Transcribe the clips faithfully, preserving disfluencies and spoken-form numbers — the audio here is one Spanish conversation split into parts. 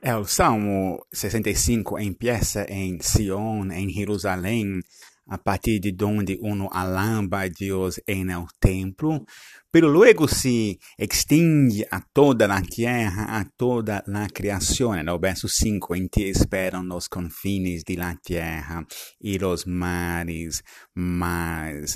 El Salmo sesenta y cinco empieza en Sion, en Jerusalén, a partir de donde uno alaba a Dios en el templo, pero luego se extiende a toda la tierra, a toda la creación. En el verso cinco, en ti esperan los confines de la tierra y los mares más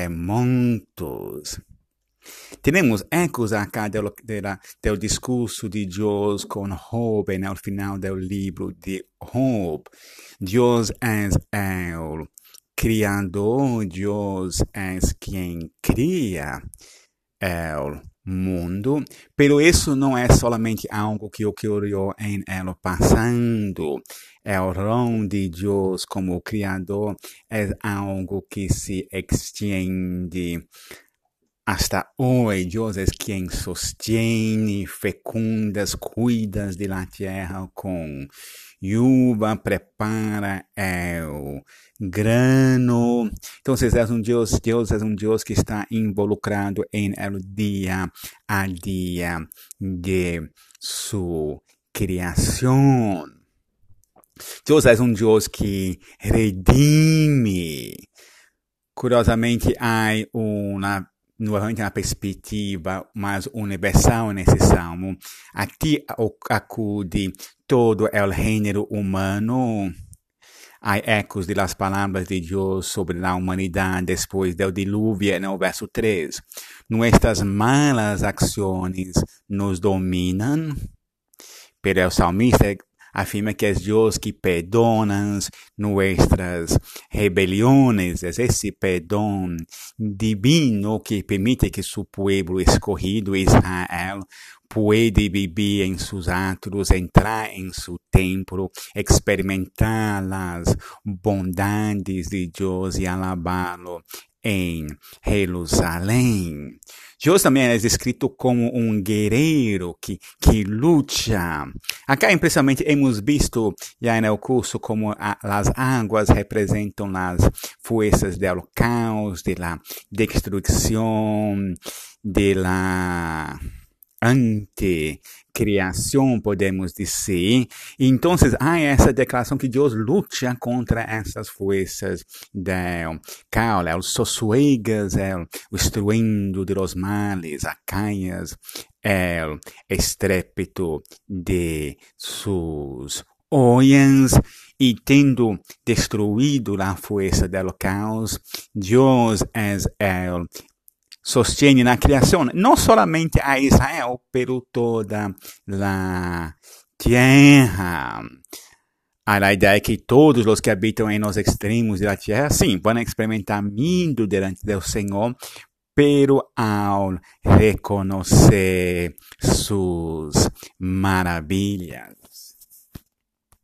remotos. Tenemos ecos acá del, de la, del discurso de Dios con Job en el final del libro de Job. Dios es el Criador, Dios es quien cría el mundo, pero eso no es solamente algo que ocurrió en el pasado. El rol de Dios como Criador es algo que se extiende hasta hoy. Dios es quien sostiene, fecundas, cuidas de la tierra con lluvia, prepara el grano. Entonces es un Dios, Dios es un Dios que está involucrado en el día a día de su creación. Dios es un Dios que redime. Curiosamente hay una nuevamente una perspectiva más universal en ese salmo. Aquí acude todo el género humano. Hay ecos de las palabras de Dios sobre la humanidad después del diluvio en el verso tres. Nuestras malas acciones nos dominan, pero el salmista afirma que es Dios que perdona nuestras rebeliones. Es ese perdón divino que permite que su pueblo escogido, Israel, puede vivir en sus atrios, entrar en su templo, experimentar las bondades de Dios y alabarlo en Jerusalén. Dios también es descrito como un guerrero que, que lucha. Acá impresionante hemos visto ya en el curso como a, las aguas representan las fuerzas del caos, de la destrucción, de la antecreación, podemos decir. Entonces hay esa declaración que Dios lucha contra esas fuerzas del caos, el sosiegas, el estruendo de los males, acallas el estrépito de sus ollas. Y tendo destruido la fuerza del caos, Dios es el sostiene la creación, no solamente a Israel, pero toda la tierra. A la idea de que todos los que habitan en los extremos de la tierra, sí, van a experimentar miedo delante del Señor, pero al reconocer sus maravillas.